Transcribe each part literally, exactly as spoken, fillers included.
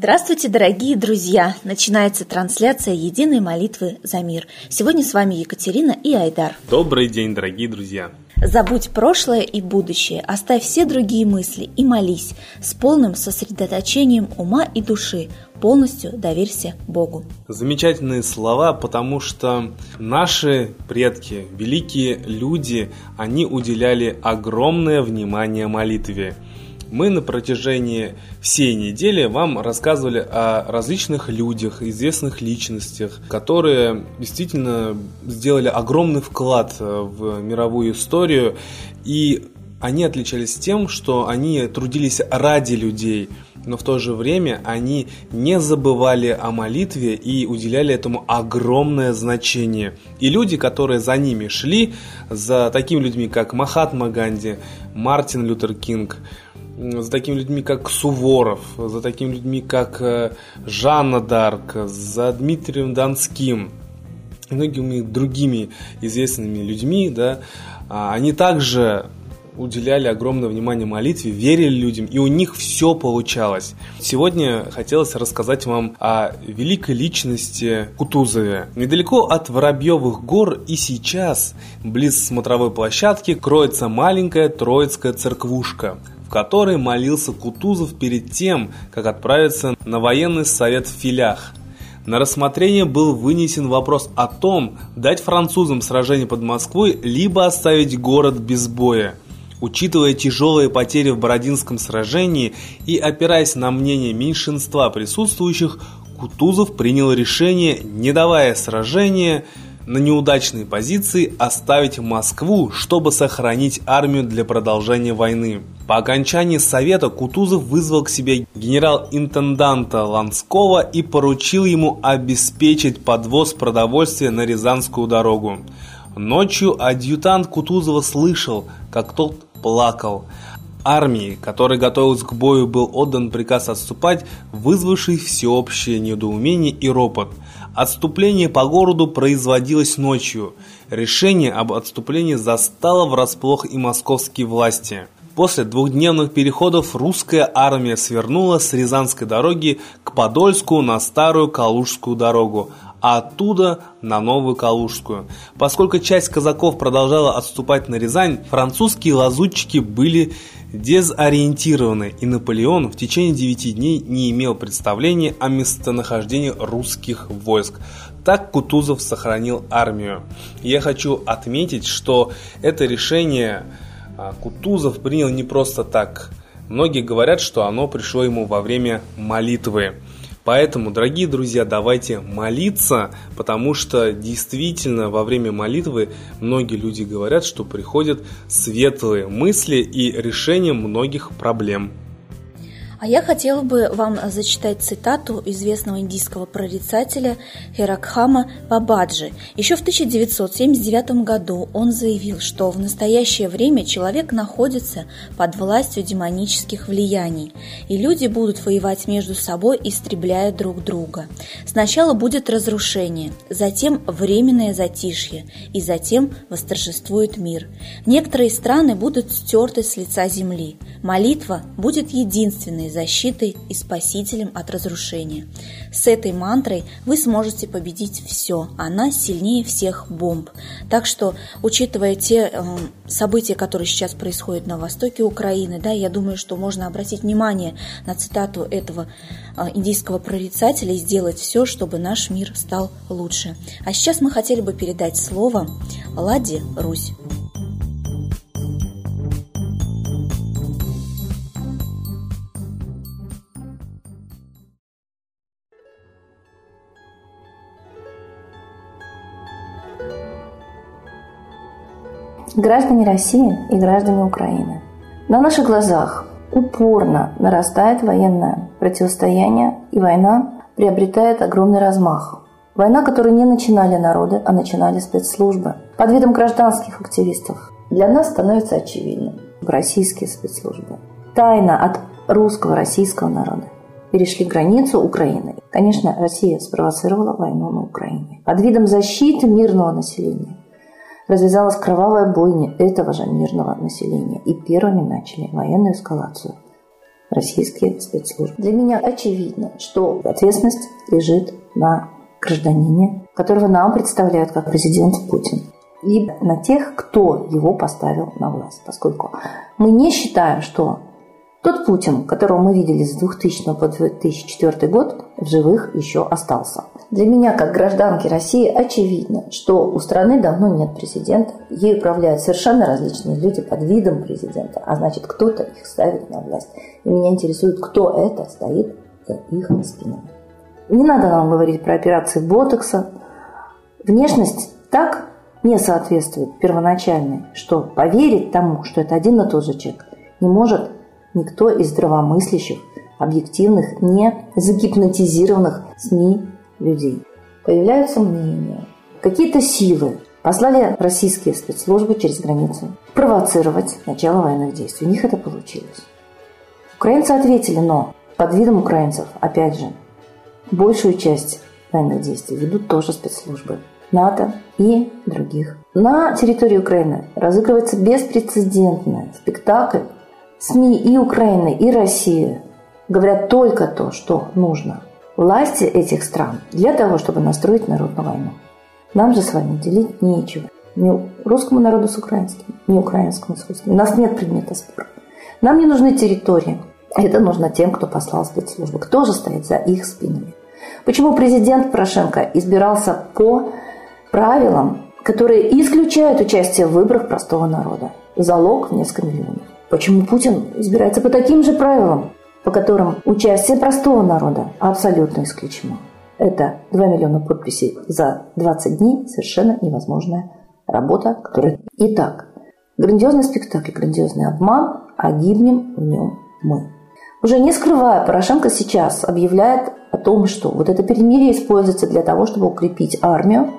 Здравствуйте, дорогие друзья! Начинается трансляция единой молитвы за мир. Сегодня с вами Екатерина и Айдар. Добрый день, дорогие друзья! Забудь прошлое и будущее, оставь все другие мысли и молись с полным сосредоточением ума и души. Полностью доверься Богу. Замечательные слова, потому что наши предки, великие люди, они уделяли огромное внимание молитве. Мы на протяжении всей недели вам рассказывали о различных людях, известных личностях, которые действительно сделали огромный вклад в мировую историю, и они отличались тем, что они трудились ради людей, но в то же время они не забывали о молитве и уделяли этому огромное значение. И люди, которые за ними шли, за такими людьми, как Махатма Ганди, Мартин Лютер Кинг, за такими людьми, как Суворов, за такими людьми, как Жанна д'Арк, за Дмитрием Донским и многими другими известными людьми, да, они также уделяли огромное внимание молитве, верили людям, и у них все получалось. Сегодня хотелось рассказать вам о великой личности Кутузове. Недалеко от Воробьевых гор и сейчас, близ смотровой площадки, кроется маленькая Троицкая церквушка, в которой молился Кутузов перед тем, как отправиться на военный совет в Филях. На рассмотрение был вынесен вопрос о том, дать французам сражение под Москвой, либо оставить город без боя. Учитывая тяжелые потери в Бородинском сражении и опираясь на мнение меньшинства присутствующих, Кутузов принял решение, не давая сражения на неудачные позиции, оставить Москву, чтобы сохранить армию для продолжения войны. По окончании совета Кутузов вызвал к себе генерал-интенданта Ланского и поручил ему обеспечить подвоз продовольствия на Рязанскую дорогу. Ночью адъютант Кутузова слышал, как тот плакал. Армии, которая готовилась к бою, был отдан приказ отступать, вызвавший всеобщее недоумение и ропот. Отступление по городу производилось ночью. Решение об отступлении застало врасплох и московские власти. После двухдневных переходов русская армия свернула с Рязанской дороги к Подольску на Старую Калужскую дорогу, а оттуда на Новую Калужскую. Поскольку часть казаков продолжала отступать на Рязань, французские лазутчики были дезориентированы, и Наполеон в течение девяти дней не имел представления о местонахождении русских войск. Так Кутузов сохранил армию. Я хочу отметить, что это решение Кутузов принял не просто так. Многие говорят, что оно пришло ему во время молитвы. Поэтому, дорогие друзья, давайте молиться, потому что действительно во время молитвы многие люди говорят, что приходят светлые мысли и решение многих проблем. А я хотела бы вам зачитать цитату известного индийского прорицателя Хиракхама Бабаджи. Еще в тысяча девятьсот семьдесят девятом году он заявил, что в настоящее время человек находится под властью демонических влияний, и люди будут воевать между собой, истребляя друг друга. Сначала будет разрушение, затем временное затишье, и затем восторжествует мир. Некоторые страны будут стерты с лица земли. Молитва будет единственной защитой и спасителем от разрушения. С этой мантрой вы сможете победить все. Она сильнее всех бомб. Так что, учитывая те э, события, которые сейчас происходят на востоке Украины, да, я думаю, что можно обратить внимание на цитату этого э, индийского прорицателя и сделать все, чтобы наш мир стал лучше. А сейчас мы хотели бы передать слово Ладе Русь. Граждане России и граждане Украины, на наших глазах упорно нарастает военное противостояние, и война приобретает огромный размах. Война, которую не начинали народы, а начинали спецслужбы под видом гражданских активистов. Для нас становится очевидным: российские спецслужбы тайно от русского, российского народа перешли границу Украины. Конечно, Россия спровоцировала войну на Украине. Под видом защиты мирного населения развязалась кровавая бойня этого же мирного населения, и первыми начали военную эскалацию российские спецслужбы. Для меня очевидно, что ответственность лежит на гражданине, которого нам представляют как президент Путин, и на тех, кто его поставил на власть, поскольку мы не считаем, что тот Путин, которого мы видели с двухтысячного по две тысячи четвёртый год, в живых еще остался. Для меня, как гражданки России, очевидно, что у страны давно нет президента. Ей управляют совершенно различные люди под видом президента, а значит, кто-то их ставит на власть. И меня интересует, кто это стоит за их спинами. Не надо нам говорить про операции ботокса. Внешность так не соответствует первоначальной, что поверить тому, что это один и тот же человек, не может никто из здравомыслящих, объективных, не загипнотизированных СМИ людей. Появляются мнения, какие-то силы послали российские спецслужбы через границу провоцировать начало военных действий. У них это получилось. Украинцы ответили, но под видом украинцев, опять же, большую часть военных действий ведут тоже спецслужбы НАТО и других. На территории Украины разыгрывается беспрецедентный спектакль. СМИ и Украины, и России говорят только то, что нужно власти этих стран для того, чтобы настроить народ на войну. Нам же с вами делить нечего. Ни русскому народу с украинским, ни украинскому с русским. У нас нет предмета спора. Нам не нужны территории. Это нужно тем, кто послал спецслужбы. Кто же стоит за их спинами? Почему президент Порошенко избирался по правилам, которые исключают участие в выборах простого народа? Залог в несколько миллионов. Почему Путин избирается по таким же правилам, по которым участие простого народа абсолютно исключено? Это два миллиона подписей за двадцать дней, совершенно невозможная работа, которая... Итак, грандиозный спектакль, грандиозный обман, а гибнем в нем мы. Уже не скрывая, Порошенко сейчас объявляет о том, что вот это перемирие используется для того, чтобы укрепить армию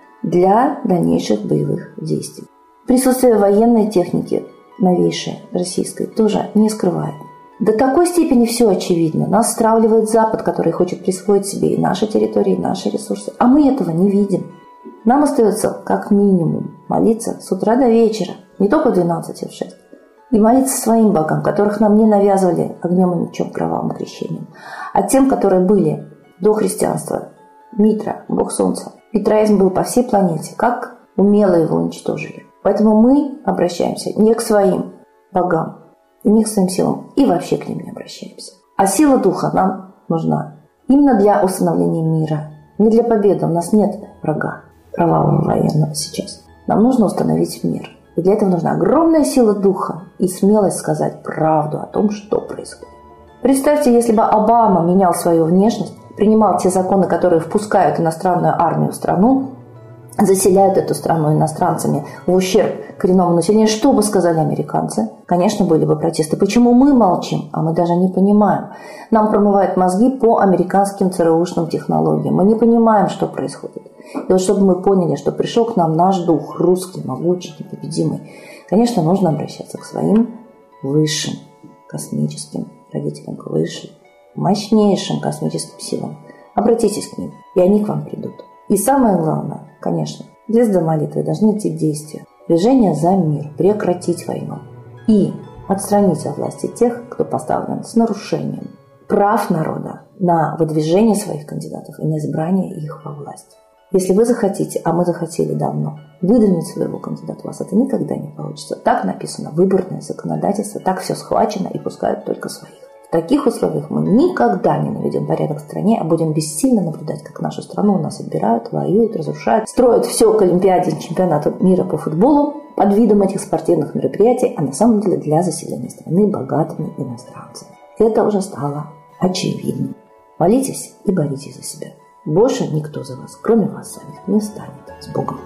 для дальнейших боевых действий. Присутствие военной техники новейшей российской тоже не скрывает. До такой степени все очевидно. Нас стравливает Запад, который хочет присвоить себе и наши территории, и наши ресурсы. А мы этого не видим. Нам остается как минимум молиться с утра до вечера. Не только в двенадцать, а в шесть. И молиться своим богам, которых нам не навязывали огнем и мечом, кровавым крещением. А тем, которые были до христианства. Митра, бог солнца. Митраизм был по всей планете. Как умело его уничтожили. Поэтому мы обращаемся не к своим богам, и не к своим силам, и вообще к ним не обращаемся. А сила духа нам нужна именно для установления мира, не для победы. У нас нет врага кровавого военного сейчас. Нам нужно установить мир. И для этого нужна огромная сила духа и смелость сказать правду о том, что происходит. Представьте, если бы Обама менял свою внешность, принимал те законы, которые впускают иностранную армию в страну, заселяют эту страну иностранцами в ущерб коренному населению, что бы сказали американцы? Конечно, были бы протесты. Почему мы молчим? А мы даже не понимаем. Нам промывают мозги по американским ЦРУшным технологиям. Мы не понимаем, что происходит. И вот чтобы мы поняли, что пришел к нам наш дух, русский, могучий, непобедимый, конечно, нужно обращаться к своим высшим космическим родителям, к высшим, мощнейшим космическим силам. Обратитесь к ним, и они к вам придут. И самое главное, конечно, вместо молитвы должны идти действия. Движение за мир, прекратить войну и отстранить от власти тех, кто поставлен с нарушением прав народа на выдвижение своих кандидатов и на избрание их во власть. Если вы захотите, а мы захотели давно, выдвинуть своего кандидата, у вас это никогда не получится. Так написано выборное законодательство, так все схвачено и пускают только своих. В таких условиях мы никогда не наведем порядок в стране, а будем бессильно наблюдать, как нашу страну у нас отбирают, воюют, разрушают, строят все к Олимпиаде, чемпионату мира по футболу под видом этих спортивных мероприятий, а на самом деле для заселения страны богатыми иностранцами. Это уже стало очевидным. Молитесь и боритесь за себя. Больше никто за вас, кроме вас самих, не встанет. С Богом!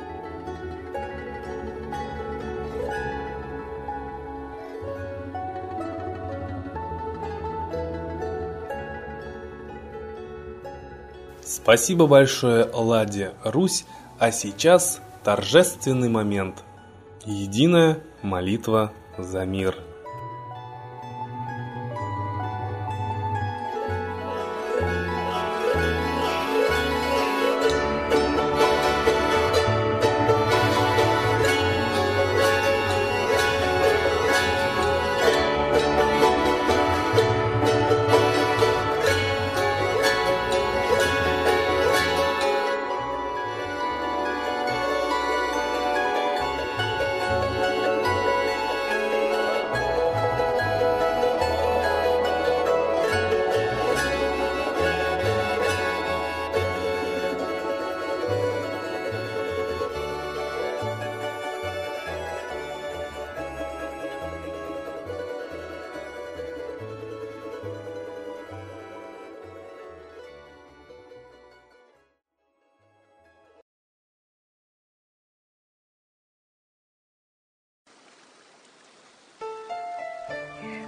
Спасибо большое, Ладе Русь. А сейчас торжественный момент. Единая молитва за мир.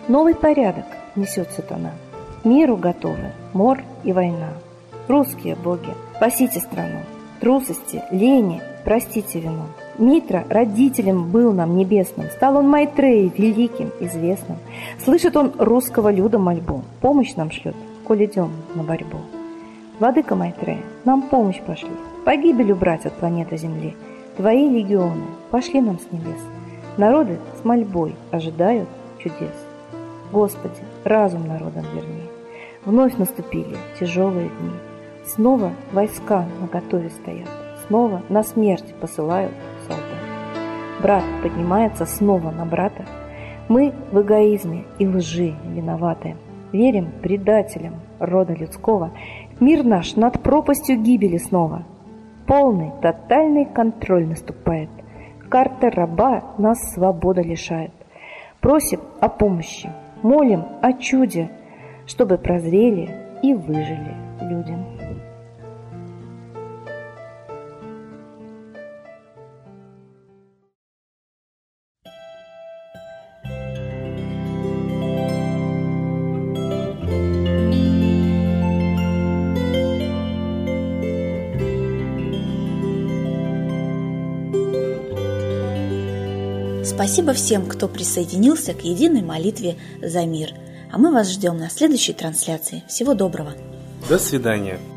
Новый порядок несет сатана. Миру готовы мор и война. Русские боги, спасите страну. Трусости, лени, простите вину. Митра родителем был нам небесным, стал он Майтреей великим, известным. Слышит он русского люда мольбу, помощь нам шлет, коль идем на борьбу. Владыка Майтрея, нам помощь пошли, погибель убрать от планеты Земли. Твои легионы пошли нам с небес. Народы с мольбой ожидают чудес. Господи, разум народам верни. Вновь наступили тяжелые дни. Снова войска наготове стоят. Снова на смерть посылают солдат. Брат поднимается снова на брата. Мы в эгоизме и лжи виноваты. Верим предателям рода людского. Мир наш над пропастью гибели снова. Полный, тотальный контроль наступает. Карта раба нас свобода лишает. Просим о помощи, молим о чуде, чтобы прозрели и выжили люди. Спасибо всем, кто присоединился к единой молитве за мир. А мы вас ждем на следующей трансляции. Всего доброго. До свидания.